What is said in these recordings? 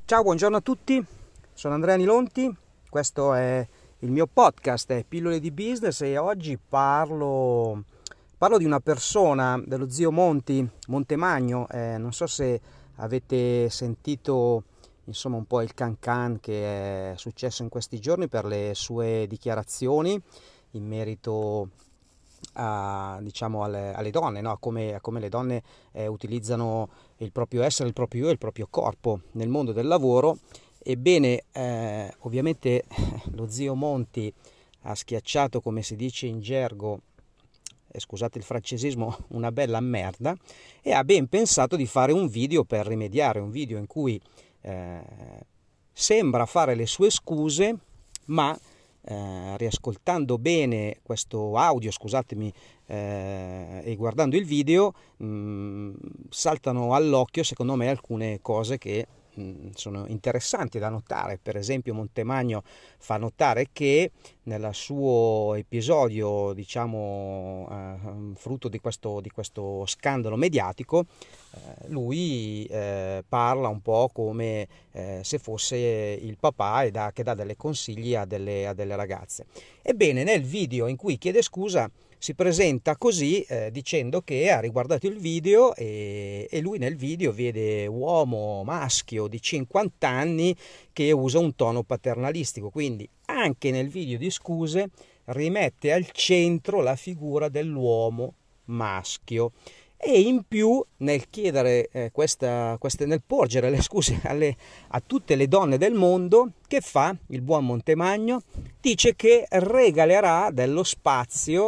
Ciao, buongiorno a tutti, sono Andrea Nilonti, questo è il mio podcast, è Pillole di Business e oggi parlo di una persona, dello zio Montemagno. Non so se avete sentito insomma un po' il can che è successo in questi giorni per le sue dichiarazioni in merito diciamo alle donne, no? A come le donne utilizzano il proprio essere, il proprio io e il proprio corpo nel mondo del lavoro. Ebbene, ovviamente lo zio Monti ha schiacciato, come si dice in gergo, scusate il francesismo, una bella merda, e ha ben pensato di fare un video per rimediare, un video in cui sembra fare le sue scuse, ma riascoltando bene questo audio, scusatemi, e guardando il video, saltano all'occhio secondo me alcune cose che sono interessanti da notare. Per esempio Montemagno fa notare che nel suo episodio, diciamo, frutto di questo scandalo mediatico, lui parla un po' come se fosse il papà che dà delle consigli a delle ragazze. Ebbene, nel video in cui chiede scusa si presenta così, dicendo che ha riguardato il video e lui nel video vede uomo maschio di 50 anni che usa un tono paternalistico, quindi anche nel video di scuse rimette al centro la figura dell'uomo maschio. E in più nel chiedere nel porgere le scuse a tutte le donne del mondo, che fa il buon Montemagno? Dice che regalerà dello spazio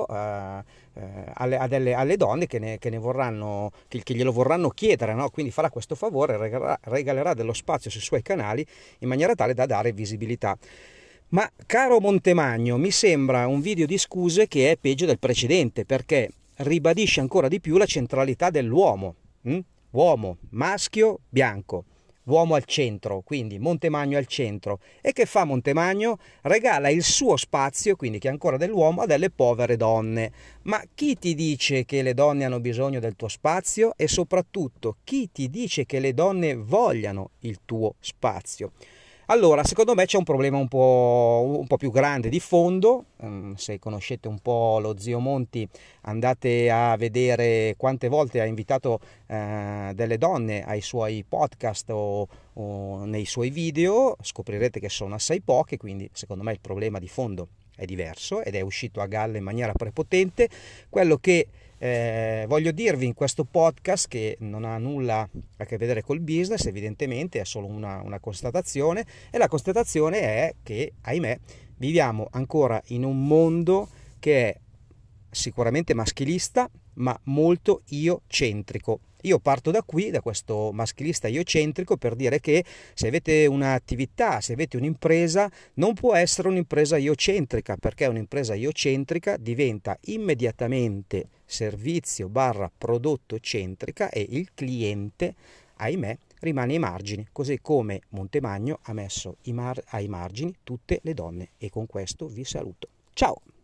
alle donne che ne vorranno, che glielo vorranno chiedere, no? Quindi farà questo favore, regalerà dello spazio sui suoi canali in maniera tale da dare visibilità. Ma caro Montemagno, mi sembra un video di scuse che è peggio del precedente, perché ribadisce ancora di più la centralità dell'uomo, uomo, maschio, bianco, uomo al centro, quindi Montemagno al centro. E che fa Montemagno? Regala il suo spazio, quindi che è ancora dell'uomo, a delle povere donne. Ma chi ti dice che le donne hanno bisogno del tuo spazio? E soprattutto, chi ti dice che le donne vogliano il tuo spazio? Allora, secondo me c'è un problema un po' più grande di fondo. Se conoscete un po' lo zio Monti, andate a vedere quante volte ha invitato delle donne ai suoi podcast o nei suoi video, scoprirete che sono assai poche, quindi secondo me il problema di fondo è diverso ed è uscito a galla in maniera prepotente. Quello che voglio dirvi in questo podcast, che non ha nulla a che vedere col business, evidentemente è solo una constatazione, e la constatazione è che, ahimè, viviamo ancora in un mondo che è sicuramente maschilista, ma molto iocentrico. Io parto da qui, da questo maschilista iocentrico, per dire che se avete un'attività, se avete un'impresa, non può essere un'impresa iocentrica, perché un'impresa iocentrica diventa immediatamente servizio / prodotto centrica e il cliente, ahimè, rimane ai margini, così come Montemagno ha messo ai margini tutte le donne. E con questo vi saluto. Ciao!